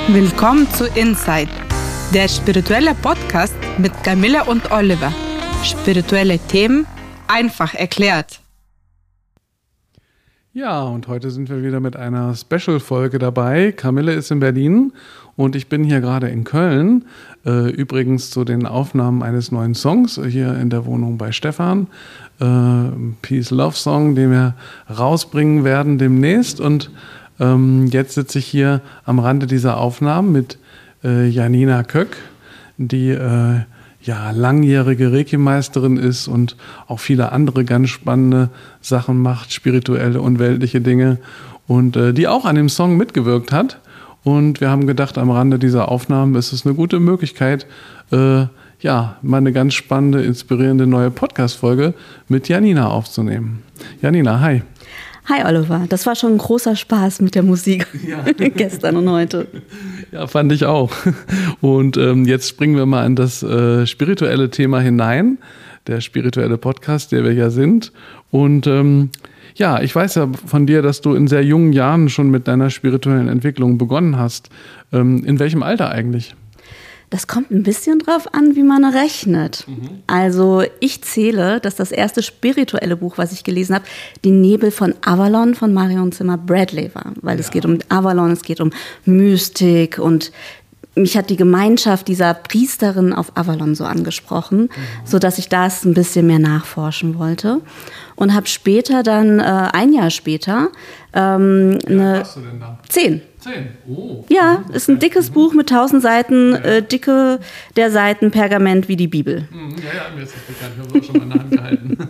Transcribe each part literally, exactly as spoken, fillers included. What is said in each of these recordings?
Willkommen zu Inside, der spirituelle Podcast mit Camilla und Oliver. Spirituelle Themen einfach erklärt. Ja, und heute sind wir wieder mit einer Special-Folge dabei. Camilla ist in Berlin und ich bin hier gerade in Köln. Äh, übrigens zu den Aufnahmen eines neuen Songs hier in der Wohnung bei Stefan. Äh, Peace Love Song, den wir rausbringen werden demnächst. Und ähm, jetzt sitze ich hier am Rande dieser Aufnahmen mit äh, Janina Köck, die äh, ja, langjährige Reiki-Meisterin ist und auch viele andere ganz spannende Sachen macht, spirituelle und weltliche Dinge, und äh, die auch an dem Song mitgewirkt hat. Und wir haben gedacht, am Rande dieser Aufnahmen ist es eine gute Möglichkeit, äh, ja, mal eine ganz spannende, inspirierende neue Podcast-Folge mit Janina aufzunehmen. Janina, hi. Hi Oliver, das war schon ein großer Spaß mit der Musik, ja. Gestern und heute. Ja, fand ich auch. Und ähm, jetzt springen wir mal in das äh, spirituelle Thema hinein, der spirituelle Podcast, der wir ja sind. Und ähm, ja, ich weiß ja von dir, dass du in sehr jungen Jahren schon mit deiner spirituellen Entwicklung begonnen hast. Ähm, in welchem Alter eigentlich? Das kommt ein bisschen drauf an, wie man rechnet. Mhm. Also ich zähle, dass das erste spirituelle Buch, was ich gelesen habe, Die Nebel von Avalon von Marion Zimmer Bradley war. Weil ja. Es geht um Avalon, es geht um Mystik, und mich hat die Gemeinschaft dieser Priesterin auf Avalon so angesprochen, mhm. sodass ich das ein bisschen mehr nachforschen wollte. Und habe später dann, äh, ein Jahr später, ähm, ja, eine... Was hast du denn da? Zehn. Zehn? Oh. Ja, ist ein dickes Buch mit tausend Seiten, ja. äh, dicke der Seiten Pergament wie die Bibel. Ja, ja, mir ist das bekannt, ich habe es auch schon mal in der Hand gehalten.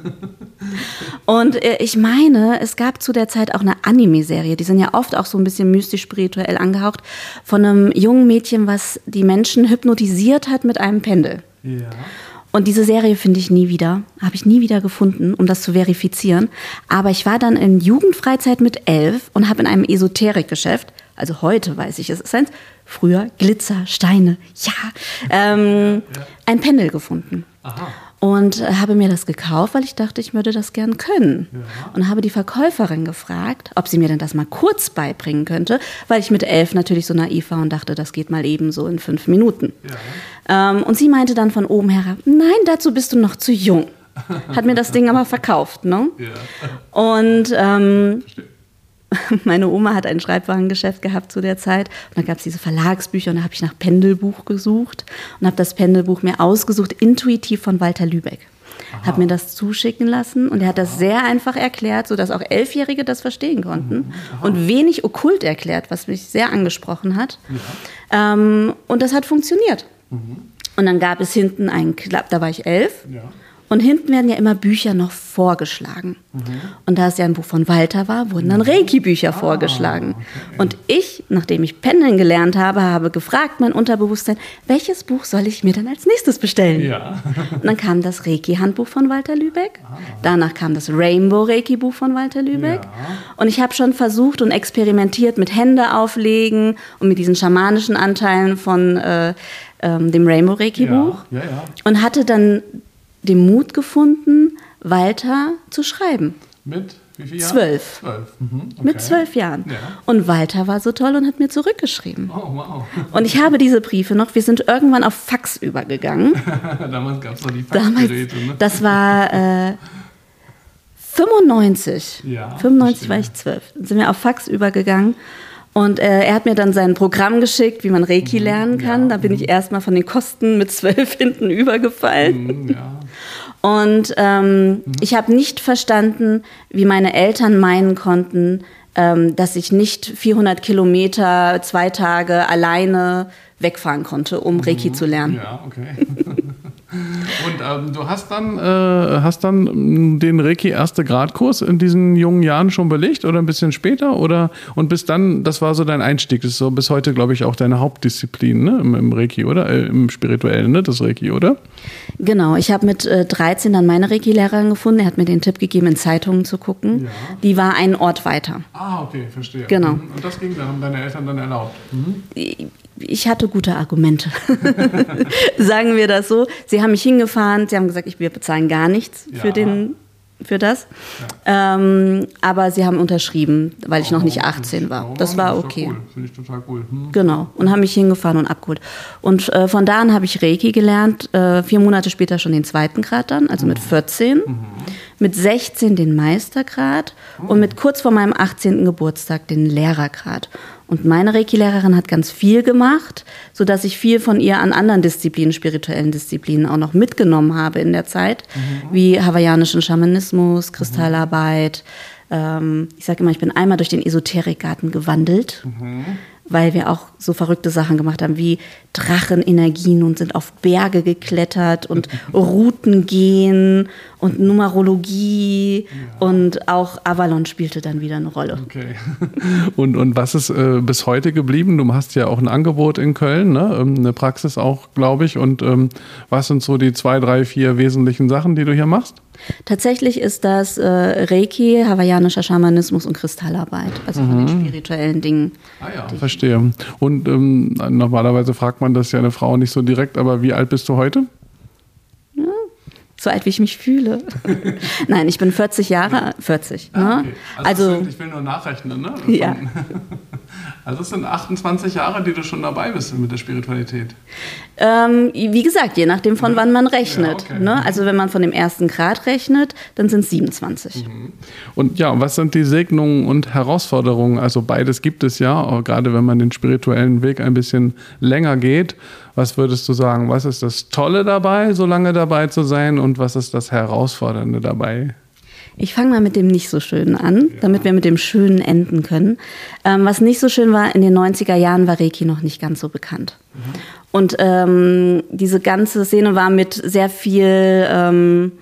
Und äh, ich meine, es gab zu der Zeit auch eine Anime-Serie, die sind ja oft auch so ein bisschen mystisch-spirituell angehaucht, von einem jungen Mädchen, was die Menschen hypnotisiert hat mit einem Pendel. Ja. Und diese Serie finde ich nie wieder, habe ich nie wieder gefunden, um das zu verifizieren. Aber ich war dann in Jugendfreizeit mit elf und habe in einem Esoterikgeschäft, also heute weiß ich, es ist eins, früher Glitzer, Steine, ja, ähm, ja, ja. ein Pendel gefunden. Aha. Und habe mir das gekauft, weil ich dachte, ich würde das gern können. Ja. Und habe die Verkäuferin gefragt, ob sie mir denn das mal kurz beibringen könnte, weil ich mit elf natürlich so naiv war und dachte, das geht mal eben so in fünf Minuten. Ja. Ähm, und sie meinte dann von oben herab, nein, dazu bist du noch zu jung. Hat mir das Ding aber verkauft, ne? Ja. Und ähm, meine Oma hat ein Schreibwarengeschäft gehabt zu der Zeit, und da gab es diese Verlagsbücher, und da habe ich nach Pendelbuch gesucht und habe das Pendelbuch mir ausgesucht, Intuitiv von Walter Lübeck. Habe mir das zuschicken lassen, und er hat das sehr einfach erklärt, sodass auch Elfjährige das verstehen konnten, und wenig okkult erklärt, was mich sehr angesprochen hat. Ja. Ähm, und das hat funktioniert. Mhm. Und dann gab es hinten einen Klapp, da war ich elf. Ja. Und hinten werden ja immer Bücher noch vorgeschlagen. Mhm. Und da es ja ein Buch von Walter war, wurden dann Reiki-Bücher ah, okay. Und ich, nachdem ich Pendeln gelernt habe, habe gefragt, mein Unterbewusstsein, welches Buch soll ich mir denn als nächstes bestellen? Ja. Und dann kam das Reiki-Handbuch von Walter Lübeck. Ah. Danach kam das Rainbow-Reiki-Buch von Walter Lübeck. Ja. Und ich habe schon versucht und experimentiert mit Hände auflegen und mit diesen schamanischen Anteilen von äh, ähm, dem Rainbow-Reiki-Buch. Ja. Ja, ja. Und hatte dann den Mut gefunden, Walter zu schreiben. Mit wie viel Jahren? Zwölf. Zwölf. Mhm, okay. Mit zwölf Jahren. Ja. Und Walter war so toll und hat mir zurückgeschrieben. Oh, wow. Und ich habe diese Briefe noch, wir sind irgendwann auf Fax übergegangen. Damals gab es noch die Faxgeräte. Ne? Das war äh, fünfundneunzig. Ja, fünfundneunzig war ich zwölf. Dann sind wir auf Fax übergegangen. Und äh, er hat mir dann sein Programm geschickt, wie man Reiki lernen kann. Ja. Da bin ich erstmal von den Kosten mit zwölf hinten übergefallen. Ja. Und ähm, mhm. ich habe nicht verstanden, wie meine Eltern meinen konnten, ähm, dass ich nicht vierhundert Kilometer, zwei Tage alleine wegfahren konnte, um Reiki mhm. zu lernen. Ja, okay. Und ähm, du hast dann, äh, hast dann den Reiki-Erste-Grad-Kurs in diesen jungen Jahren schon belegt oder ein bisschen später? Oder? Und bis dann, das war so dein Einstieg, das ist so bis heute, glaube ich, auch deine Hauptdisziplin, ne? Im, im Reiki, oder? Äh, Im Spirituellen, ne? Das Reiki, oder? Genau, ich habe mit äh, dreizehn dann meine Reiki-Lehrerin gefunden. Er hat mir den Tipp gegeben, in Zeitungen zu gucken. Ja. Die war einen Ort weiter. Ah, okay, verstehe. Genau. Und das ging dann, haben deine Eltern dann erlaubt? Mhm. Ich hatte gute Argumente, sagen wir das so. Sie haben mich hingefahren, sie haben gesagt, ich, wir bezahlen gar nichts ja. für den für das. Ja. Ähm, aber sie haben unterschrieben, weil ich oh, noch nicht achtzehn war. Das war okay. Cool. Finde ich total cool. Hm. Genau. Und haben mich hingefahren und abgeholt. Und äh, von da an habe ich Reiki gelernt. Äh, vier Monate später schon den zweiten Grad dann, also mhm. mit vierzehn. Mhm. Mit sechzehn den Meistergrad mhm. und mit kurz vor meinem achtzehnten Geburtstag den Lehrergrad. Und meine Reiki-Lehrerin hat ganz viel gemacht, sodass ich viel von ihr an anderen Disziplinen, spirituellen Disziplinen auch noch mitgenommen habe in der Zeit, mhm. wie hawaiianischen Schamanismus, Kristallarbeit. Mhm. Ähm, ich sage immer, ich bin einmal durch den Esoterikgarten gewandelt, mhm. weil wir auch so verrückte Sachen gemacht haben, wie Drachenenergien und sind auf Berge geklettert und Routen gehen und Numerologie ja. und auch Avalon spielte dann wieder eine Rolle. Okay. Und, und was ist äh, bis heute geblieben? Du hast ja auch ein Angebot in Köln, ne? Eine Praxis auch, glaube ich. Und ähm, was sind so die zwei, drei, vier wesentlichen Sachen, die du hier machst? Tatsächlich ist das äh, Reiki, hawaiianischer Schamanismus und Kristallarbeit, also mhm. von den spirituellen Dingen. Ah ja, verstehe. Und ähm, normalerweise fragt man das ja eine Frau nicht so direkt, aber wie alt bist du heute? Ja, so alt, wie ich mich fühle. Nein, ich bin vierzig Jahre, vierzig. Ah, ne? okay. Also, also sind, ich will nur nachrechnen, ne? Von, ja. Also es sind achtundzwanzig Jahre, die du schon dabei bist mit der Spiritualität. Ähm, wie gesagt, je nachdem von wann man rechnet. Ja, okay. ne? Also wenn man von dem ersten Grad rechnet, dann sind es siebenundzwanzig. Mhm. Und ja, was sind die Segnungen und Herausforderungen? Also beides gibt es ja, auch gerade wenn man den spirituellen Weg ein bisschen länger geht. Was würdest du sagen, was ist das Tolle dabei, so lange dabei zu sein, und was ist das Herausfordernde dabei? Ich fange mal mit dem nicht so Schönen an, ja. damit wir mit dem Schönen enden können. Ähm, was nicht so schön war, in den neunziger Jahren war Reiki noch nicht ganz so bekannt. Mhm. Und ähm, diese ganze Szene war mit sehr viel ähm, mhm.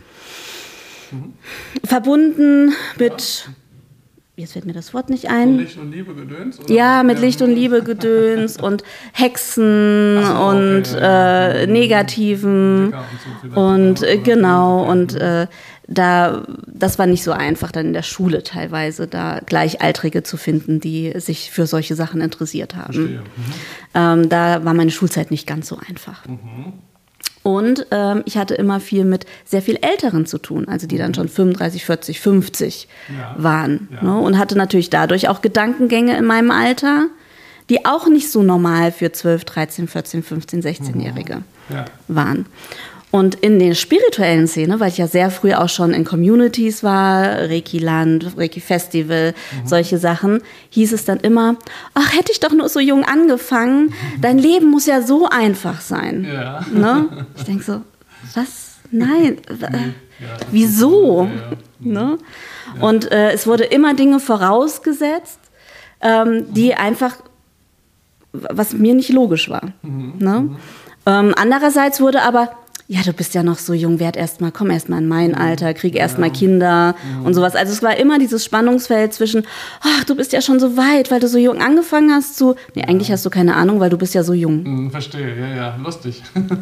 verbunden mit... Ja. Jetzt fällt mir das Wort nicht ein. So Licht und Liebe Gedöns? Oder? Ja, mit Licht und Liebe Gedöns und Hexen so, okay, und ja. äh, Negativen. Und, so und äh, genau, und äh, da, das war nicht so einfach dann in der Schule teilweise, da Gleichaltrige zu finden, die sich für solche Sachen interessiert haben. Mhm. Ähm, da war meine Schulzeit nicht ganz so einfach. Mhm. Und ähm, ich hatte immer viel mit sehr viel Älteren zu tun, also die dann schon fünfunddreißig, vierzig, fünfzig ja. waren. Ja. Ne? Und hatte natürlich dadurch auch Gedankengänge in meinem Alter, die auch nicht so normal für zwölf, dreizehn, vierzehn, fünfzehn, sechzehnjährige ja. waren. Und in der spirituellen Szene, weil ich ja sehr früh auch schon in Communities war, Reiki-Land, Reiki-Festival, mhm. solche Sachen, hieß es dann immer, ach, hätte ich doch nur so jung angefangen, dein Leben muss ja so einfach sein. Ja. Ne? Ich denke so, was? Nein. Nee. Ja, wieso? Ja, ja. Ne? Ja. Und äh, es wurde immer Dinge vorausgesetzt, ähm, die einfach, was mir nicht logisch war. Mhm. Ne? Mhm. Ähm, andererseits wurde aber, ja, du bist ja noch so jung, werd erst mal, komm erst mal in mein Alter, krieg erst mal Kinder und sowas. Also es war immer dieses Spannungsfeld zwischen, ach, du bist ja schon so weit, weil du so jung angefangen hast, zu, nee, eigentlich hast du keine Ahnung, weil du bist ja so jung. Hm, verstehe, ja, ja, lustig.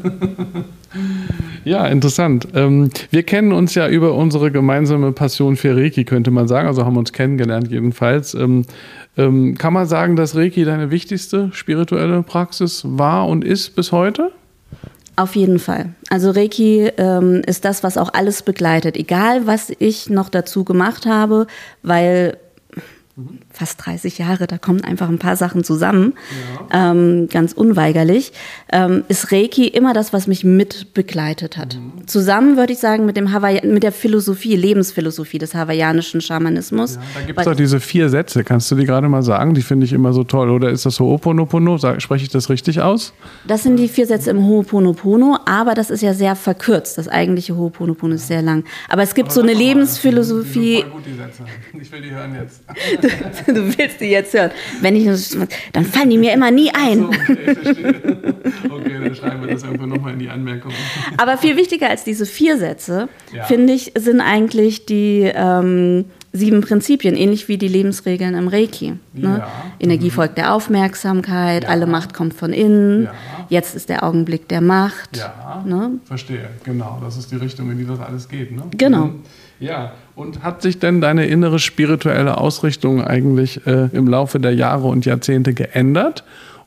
Ja, interessant. Ähm, wir kennen uns ja über unsere gemeinsame Passion für Reiki, könnte man sagen, also haben uns kennengelernt jedenfalls. Ähm, ähm, kann man sagen, dass Reiki deine wichtigste spirituelle Praxis war und ist bis heute? Auf jeden Fall. Also Reiki ähm, ist das, was auch alles begleitet. Egal, was ich noch dazu gemacht habe, weil mhm. fast dreißig Jahre, da kommen einfach ein paar Sachen zusammen, ja. ähm, ganz unweigerlich, ähm, ist Reiki immer das, was mich mit begleitet hat. Mhm. Zusammen, würde ich sagen, mit dem Hawaii- mit der Philosophie, Lebensphilosophie des hawaiianischen Schamanismus. Ja, da gibt es doch diese vier Sätze, kannst du die gerade mal sagen? Die finde ich immer so toll. Oder ist das Ho'oponopono? Sag, spreche ich das richtig aus? Das sind die vier Sätze im Ho'oponopono, aber das ist ja sehr verkürzt. Das eigentliche Ho'oponopono ist sehr lang. Aber es gibt aber so eine Lebensphilosophie. Die sind voll gut, die Sätze. Ich will die hören jetzt. Du willst die jetzt hören. Wenn ich, dann fallen die mir immer nie ein. So, okay, ich verstehe. Okay, dann schreiben wir das irgendwo nochmal in die Anmerkung. Aber viel wichtiger als diese vier Sätze, ja. finde ich, sind eigentlich die ähm, sieben Prinzipien, ähnlich wie die Lebensregeln im Reiki. Ne? Ja. Energie folgt der Aufmerksamkeit, ja. alle Macht kommt von innen, ja. jetzt ist der Augenblick der Macht. Ja, ne? Verstehe, genau. Das ist die Richtung, in die das alles geht. Ne? Genau. Ja, und hat sich denn deine innere spirituelle Ausrichtung eigentlich äh, im Laufe der Jahre und Jahrzehnte geändert?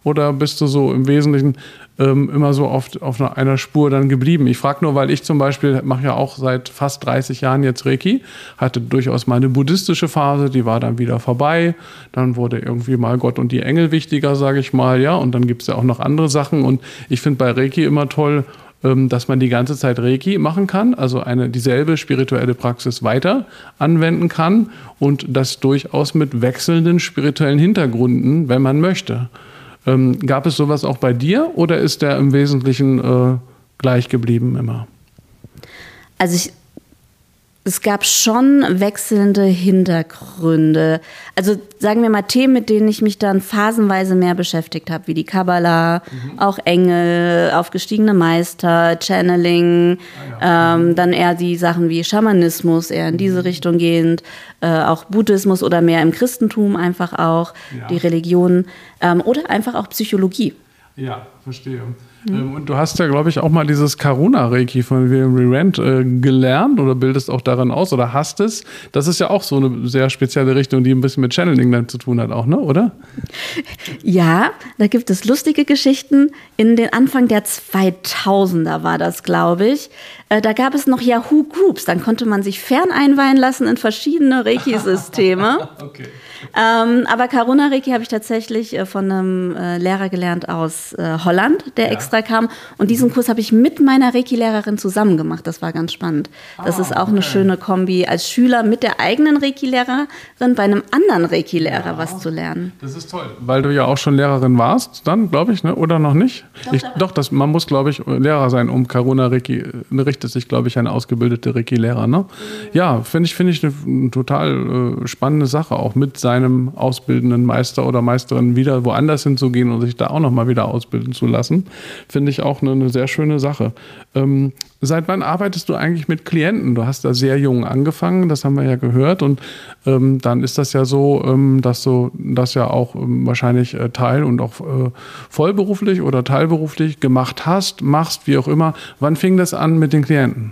oder bist du so im Wesentlichen ähm, immer so auf, auf einer Spur dann geblieben? Ich frage nur, weil ich zum Beispiel mache ja auch seit fast dreißig Jahren jetzt Reiki, hatte durchaus meine buddhistische Phase, die war dann wieder vorbei. Dann wurde irgendwie mal Gott und die Engel wichtiger, sage ich mal, ja. Und dann gibt es ja auch noch andere Sachen. Und ich finde bei Reiki immer toll, dass man die ganze Zeit Reiki machen kann, also eine dieselbe spirituelle Praxis weiter anwenden kann und das durchaus mit wechselnden spirituellen Hintergründen, wenn man möchte. Ähm, gab es sowas auch bei dir oder ist der im Wesentlichen äh, gleich geblieben immer? Also ich, es gab schon wechselnde Hintergründe. Also sagen wir mal Themen, mit denen ich mich dann phasenweise mehr beschäftigt habe, wie die Kabbala, mhm. auch Engel, aufgestiegene Meister, Channeling, ah, ja. ähm, dann eher die Sachen wie Schamanismus, eher in diese mhm. Richtung gehend, äh, auch Buddhismus oder mehr im Christentum einfach auch, ja. die Religion ähm, oder einfach auch Psychologie. Ja, verstehe. Mhm. Und du hast ja, glaube ich, auch mal dieses Karuna-Reiki von William Rand äh, gelernt oder bildest auch daran aus oder hast es. Das ist ja auch so eine sehr spezielle Richtung, die ein bisschen mit Channeling dann zu tun hat auch, ne? Oder? Ja, da gibt es lustige Geschichten. In den Anfang der zweitausender war das, glaube ich. Äh, da gab es noch Yahoo Groups. Dann konnte man sich fern einweihen lassen in verschiedene Reiki-Systeme. Okay. Ähm, aber Karuna-Reiki habe ich tatsächlich äh, von einem äh, Lehrer gelernt aus äh, Holland, der ja. extra kam. Und diesen Kurs habe ich mit meiner Reiki-Lehrerin zusammen gemacht. Das war ganz spannend. Das ah, ist auch okay. eine schöne Kombi, als Schüler mit der eigenen Reiki-Lehrerin bei einem anderen Reiki-Lehrer ja. was zu lernen. Das ist toll. Weil du ja auch schon Lehrerin warst, dann, glaube ich, ne? Oder noch nicht? Doch, ich, doch das, man muss, glaube ich, Lehrer sein, um Karuna-Reiki, richtet sich, glaube ich, eine ausgebildete Reiki-Lehrer. Ne? Mhm. Ja, finde ich, find ich eine, eine total äh, spannende Sache, auch mit seinem ausbildenden Meister oder Meisterin wieder woanders hinzugehen und sich da auch nochmal wieder ausbilden zu lassen, finde ich auch eine, eine sehr schöne Sache. Ähm, seit wann arbeitest du eigentlich mit Klienten? Du hast da sehr jung angefangen, das haben wir ja gehört und ähm, dann ist das ja so, ähm, dass du das ja auch ähm, wahrscheinlich äh, teil- und auch äh, vollberuflich oder teilberuflich gemacht hast, machst, wie auch immer. Wann fing das an mit den Klienten?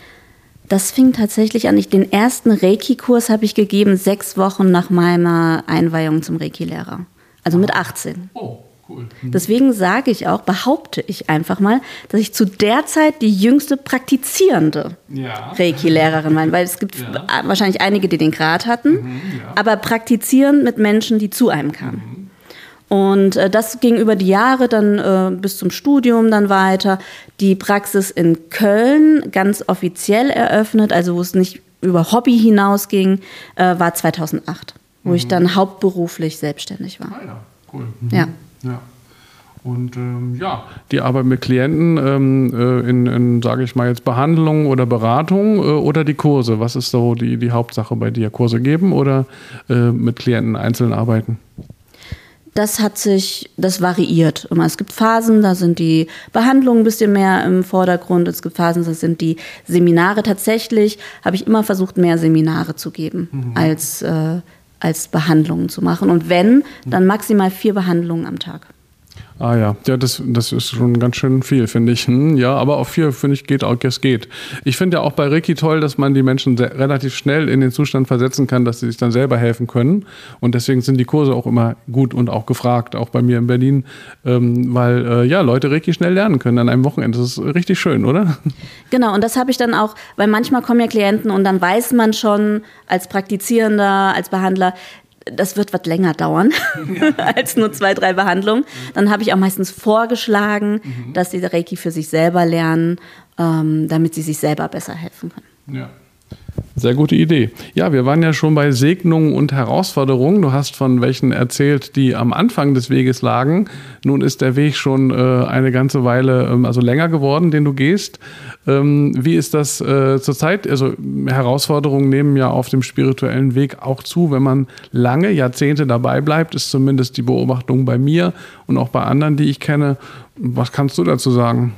Das fing tatsächlich an. Ich, den ersten Reiki-Kurs habe ich gegeben, sechs Wochen nach meiner Einweihung zum Reiki-Lehrer. Also mit achtzehn. Oh, cool. Mhm. Deswegen sage ich auch, behaupte ich einfach mal, dass ich zu der Zeit die jüngste praktizierende ja. Reiki-Lehrerin war. Weil es gibt ja. wahrscheinlich einige, die den Grad hatten, mhm, ja. aber praktizierend mit Menschen, die zu einem kamen. Mhm. Und äh, das ging über die Jahre dann äh, bis zum Studium dann weiter. Die Praxis in Köln, ganz offiziell eröffnet, also wo es nicht über Hobby hinausging, äh, war zweitausendacht, wo mhm. ich dann hauptberuflich selbstständig war. Ah ja, cool. Mhm. Ja. ja. Und ähm, ja, die Arbeit mit Klienten ähm, äh, in, in sage ich mal jetzt Behandlung oder Beratung äh, oder die Kurse. Was ist so die, die Hauptsache bei dir? Kurse geben oder äh, mit Klienten einzeln arbeiten? Das hat sich, das variiert immer. Es gibt Phasen, da sind die Behandlungen ein bisschen mehr im Vordergrund. Es gibt Phasen, da sind die Seminare. Tatsächlich habe ich immer versucht, mehr Seminare zu geben, mhm. als, äh, als Behandlungen zu machen. Und wenn, dann maximal vier Behandlungen am Tag. Ah ja, ja, das, das ist schon ganz schön viel, finde ich. Hm, ja, aber auch vier, finde ich, geht auch, es geht. Ich finde ja auch bei Reiki toll, dass man die Menschen sehr, relativ schnell in den Zustand versetzen kann, dass sie sich dann selber helfen können. Und deswegen sind die Kurse auch immer gut und auch gefragt, auch bei mir in Berlin, ähm, weil äh, ja, Leute Reiki schnell lernen können an einem Wochenende. Das ist richtig schön, oder? Genau, und das habe ich dann auch, weil manchmal kommen ja Klienten und dann weiß man schon als Praktizierender, als Behandler, das wird was länger dauern ja. als nur zwei, drei Behandlungen. Dann habe ich auch meistens vorgeschlagen, mhm. dass sie Reiki für sich selber lernen, ähm, damit sie sich selber besser helfen können. Ja. Sehr gute Idee. Ja, wir waren ja schon bei Segnungen und Herausforderungen. Du hast von welchen erzählt, die am Anfang des Weges lagen. Nun ist der Weg schon äh, eine ganze Weile, ähm, also länger geworden, den du gehst. Ähm, wie ist das äh, zurzeit? Also Herausforderungen nehmen ja auf dem spirituellen Weg auch zu, wenn man lange, Jahrzehnte dabei bleibt, ist zumindest die Beobachtung bei mir und auch bei anderen, die ich kenne. Was kannst du dazu sagen?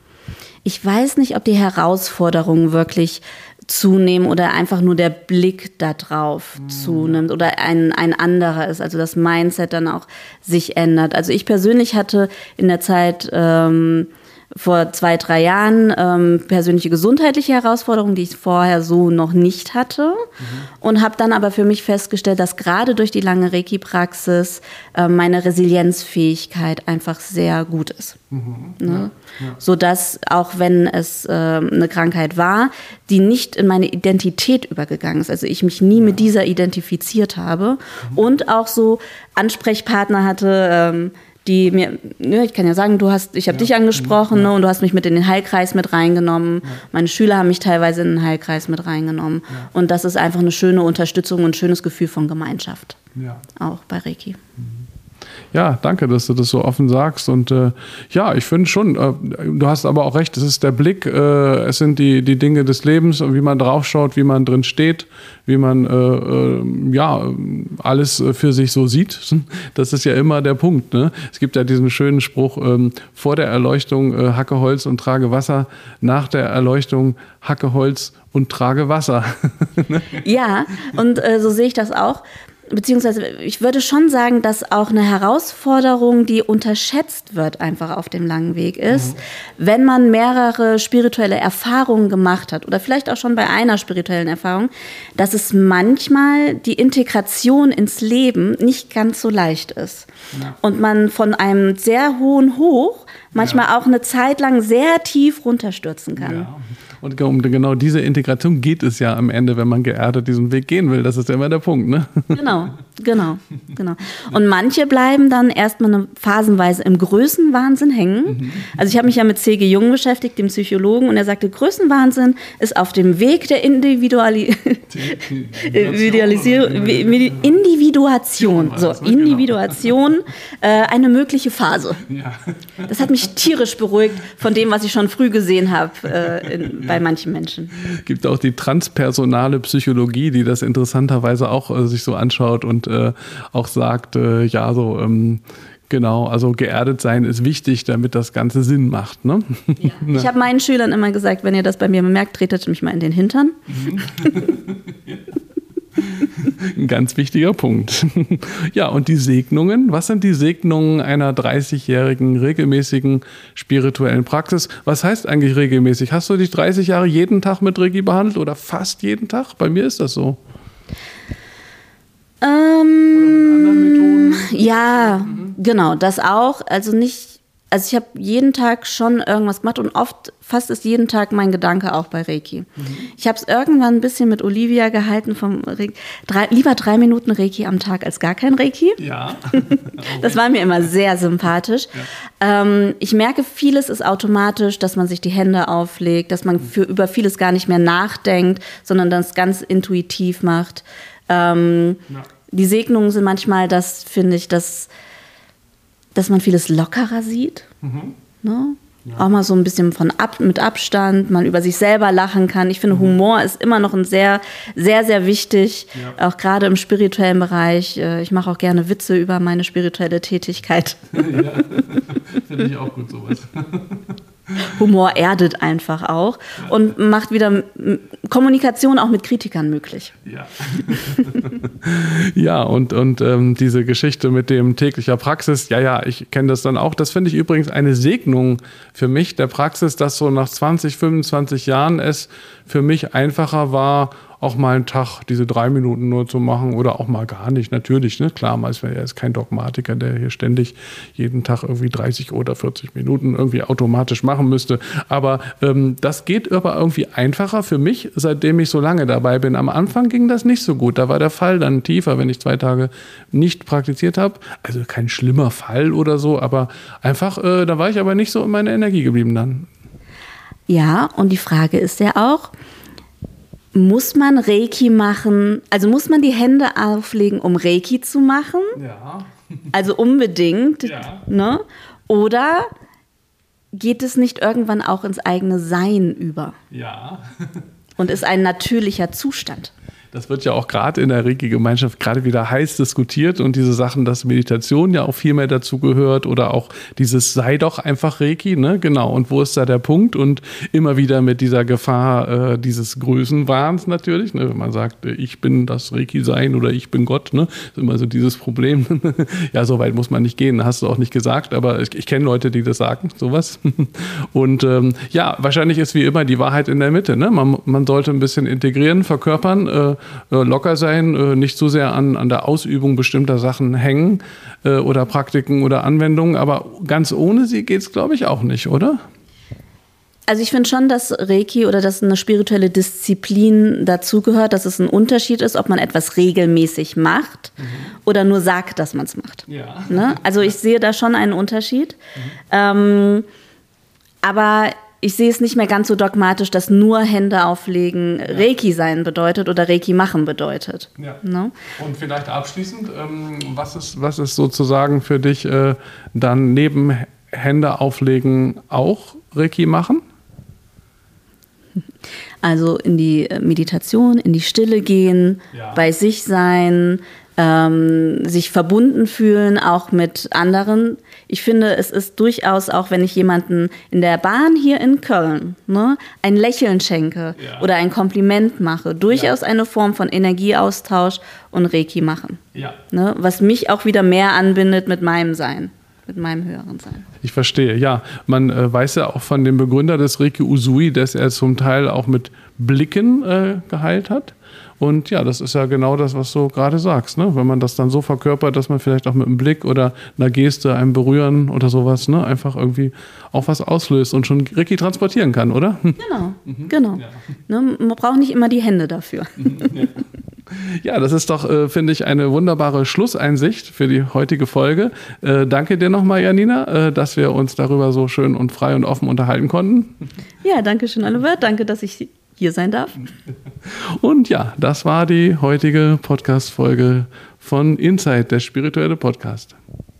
Ich weiß nicht, ob die Herausforderungen wirklich zunehmen oder einfach nur der Blick da drauf mhm. zunimmt oder ein, ein anderer ist, also das Mindset dann auch sich ändert. Also ich persönlich hatte in der Zeit ähm, vor zwei, drei Jahren ähm, persönliche gesundheitliche Herausforderungen, die ich vorher so noch nicht hatte. Mhm. Und habe dann aber für mich festgestellt, dass gerade durch die lange Reiki-Praxis äh, meine Resilienzfähigkeit einfach sehr gut ist. Mhm. Ne? Ja, ja. Sodass auch wenn es äh, eine Krankheit war, die nicht in meine Identität übergegangen ist, also ich mich nie ja. mit dieser identifiziert habe mhm. und auch so Ansprechpartner hatte, ähm, die mir, ne, ich kann ja sagen, du hast, ich habe ja. dich angesprochen, ja. ne, und du hast mich mit in den Heilkreis mit reingenommen. Ja. Meine Schüler haben mich teilweise in den Heilkreis mit reingenommen. Ja. Und das ist einfach eine schöne Unterstützung und ein schönes Gefühl von Gemeinschaft. Ja. Auch bei Reiki. Ja, danke, dass du das so offen sagst. Und äh, ja, ich finde schon, äh, du hast aber auch recht, es ist der Blick, äh, es sind die, die Dinge des Lebens und wie man draufschaut, wie man drin steht, wie man äh, äh, ja alles für sich so sieht. Das ist ja immer der Punkt. Ne? Es gibt ja diesen schönen Spruch, ähm, vor der Erleuchtung äh, hacke Holz und trage Wasser, nach der Erleuchtung hacke Holz und trage Wasser. Ja, und äh, so sehe ich das auch. Beziehungsweise ich würde schon sagen, dass auch eine Herausforderung, die unterschätzt wird, einfach auf dem langen Weg ist, mhm. wenn man mehrere spirituelle Erfahrungen gemacht hat oder vielleicht auch schon bei einer spirituellen Erfahrung, dass es manchmal die Integration ins Leben nicht ganz so leicht ist. Ja. Und man von einem sehr hohen Hoch manchmal ja. auch eine Zeit lang sehr tief runterstürzen kann. Ja. Und um genau diese Integration geht es ja am Ende, wenn man geerdet diesen Weg gehen will. Das ist ja immer der Punkt, ne? Genau, genau, genau. Und manche bleiben dann erstmal eine phasenweise im Größenwahnsinn hängen. Mhm. Also ich habe mich ja mit C G Jung beschäftigt, dem Psychologen, und er sagte, Größenwahnsinn ist auf dem Weg der Individuali- Individualisierung, Individuation, so, Individuation, äh, eine mögliche Phase. Ja. Das hat mich tierisch beruhigt von dem, was ich schon früh gesehen habe äh, in, bei manchen Menschen. Es gibt auch die transpersonale Psychologie, die das interessanterweise auch äh, sich so anschaut und äh, auch sagt, äh, ja, so ähm, genau, also geerdet sein ist wichtig, damit das Ganze Sinn macht. Ne? Ja. Ich habe meinen Schülern immer gesagt, wenn ihr das bei mir bemerkt, tretet mich mal in den Hintern. Ein ganz wichtiger Punkt. Ja, und die Segnungen? Was sind die Segnungen einer dreißigjährigen regelmäßigen spirituellen Praxis? Was heißt eigentlich regelmäßig? Hast du dich dreißig Jahre jeden Tag mit Reiki behandelt oder fast jeden Tag? Bei mir ist das so. Ähm, ja, mhm. genau, das auch. Also nicht, also ich habe jeden Tag schon irgendwas gemacht und oft, fast ist jeden Tag mein Gedanke auch bei Reiki. Mhm. Ich habe es irgendwann ein bisschen mit Olivia gehalten, vom Reiki, drei, lieber drei Minuten Reiki am Tag als gar kein Reiki. Ja. Das war mir immer sehr sympathisch. Ja. Ähm, ich merke, vieles ist automatisch, dass man sich die Hände auflegt, dass man für, über vieles gar nicht mehr nachdenkt, sondern das ganz intuitiv macht. Ähm, ja. Die Segnungen sind manchmal, das finde ich, dass, dass man vieles lockerer sieht. Mhm. Ne? Ja. Auch mal so ein bisschen von ab, mit Abstand, man über sich selber lachen kann. Ich finde, mhm. Humor ist immer noch ein sehr, sehr, sehr wichtig, ja. auch gerade im spirituellen Bereich. Ich mache auch gerne Witze über meine spirituelle Tätigkeit. Ja, finde ich auch gut, sowas. Humor erdet einfach auch und macht wieder Kommunikation auch mit Kritikern möglich. Ja, ja und, und ähm, diese Geschichte mit dem täglicher Praxis, ja, ja, ich kenne das dann auch. Das finde ich übrigens eine Segnung für mich der Praxis, dass so nach zwanzig, fünfundzwanzig Jahren es für mich einfacher war, auch mal einen Tag diese drei Minuten nur zu machen oder auch mal gar nicht. Natürlich, ne? Klar, man ist ja jetzt kein Dogmatiker, der hier ständig jeden Tag irgendwie dreißig oder vierzig Minuten irgendwie automatisch machen müsste. Aber ähm, das geht aber irgendwie einfacher für mich, seitdem ich so lange dabei bin. Am Anfang ging das nicht so gut. Da war der Fall dann tiefer, wenn ich zwei Tage nicht praktiziert habe. Also kein schlimmer Fall oder so, aber einfach, äh, da war ich aber nicht so in meiner Energie geblieben dann. Ja, und die Frage ist ja auch, muss man Reiki machen, also muss man die Hände auflegen, um Reiki zu machen? Ja. Also unbedingt, ja. Ne? Oder geht es nicht irgendwann auch ins eigene Sein über? Ja. Und ist ein natürlicher Zustand? Das wird ja auch gerade in der Reiki-Gemeinschaft gerade wieder heiß diskutiert und diese Sachen, dass Meditation ja auch viel mehr dazu gehört oder auch dieses sei doch einfach Reiki, ne? Genau. Und wo ist da der Punkt? Und immer wieder mit dieser Gefahr äh, dieses Größenwahns natürlich, ne? Wenn man sagt, ich bin das Reiki-Sein oder ich bin Gott, ne? Ist immer so dieses Problem. Ja, so weit muss man nicht gehen, hast du auch nicht gesagt, aber ich, ich kenne Leute, die das sagen, sowas. Und ähm, ja, wahrscheinlich ist wie immer die Wahrheit in der Mitte, ne? Man, man sollte ein bisschen integrieren, verkörpern, äh, locker sein, äh, nicht so sehr an, an der Ausübung bestimmter Sachen hängen äh, oder Praktiken oder Anwendungen, aber ganz ohne sie geht es, glaube ich, auch nicht, oder? Also ich finde schon, dass Reiki oder dass eine spirituelle Disziplin dazugehört, dass es ein Unterschied ist, ob man etwas regelmäßig macht mhm. oder nur sagt, dass man es macht. Ja. Ne? Also ich sehe da schon einen Unterschied. Mhm. Ähm, aber ich sehe es nicht mehr ganz so dogmatisch, dass nur Hände auflegen ja. Reiki sein bedeutet oder Reiki machen bedeutet. Ja. Ne? Und vielleicht abschließend, ähm, was ist, was ist sozusagen für dich äh, dann neben Hände auflegen auch Reiki machen? Also in die Meditation, in die Stille gehen, ja. bei sich sein, ähm, sich verbunden fühlen, auch mit anderen. Ich finde, es ist durchaus auch, wenn ich jemanden in der Bahn hier in Köln ne, ein Lächeln schenke ja. oder ein Kompliment mache, durchaus ja. eine Form von Energieaustausch und Reiki machen. Ja. Ne, was mich auch wieder mehr anbindet mit meinem Sein. Mit meinem höheren Sein. Ich verstehe, ja. Man äh, weiß ja auch von dem Begründer des Reiki Usui, dass er zum Teil auch mit Blicken äh, geheilt hat. Und ja, das ist ja genau das, was du gerade sagst, ne? Wenn man das dann so verkörpert, dass man vielleicht auch mit einem Blick oder einer Geste, einem Berühren oder sowas, ne, einfach irgendwie auch was auslöst und schon Reiki transportieren kann, oder? Genau, mhm. genau. Ja. Ne, man braucht nicht immer die Hände dafür. Ja. Ja, das ist doch, äh, finde ich, eine wunderbare Schlusseinsicht für die heutige Folge. Äh, danke dir nochmal, Janina, äh, dass wir uns darüber so schön und frei und offen unterhalten konnten. Ja, danke schön, Oliver. Danke, dass ich hier sein darf. Und ja, das war die heutige Podcast-Folge von Insight, der spirituelle Podcast.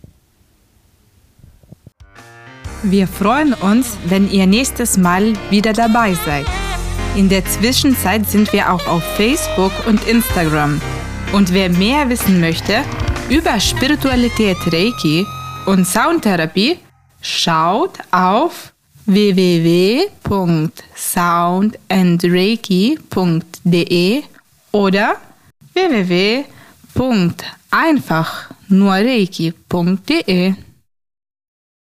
Wir freuen uns, wenn ihr nächstes Mal wieder dabei seid. In der Zwischenzeit sind wir auch auf Facebook und Instagram. Und wer mehr wissen möchte über Spiritualität, Reiki und Soundtherapie, schaut auf w w w punkt sound and reiki punkt d e oder w w w punkt einfach nur reiki punkt d e.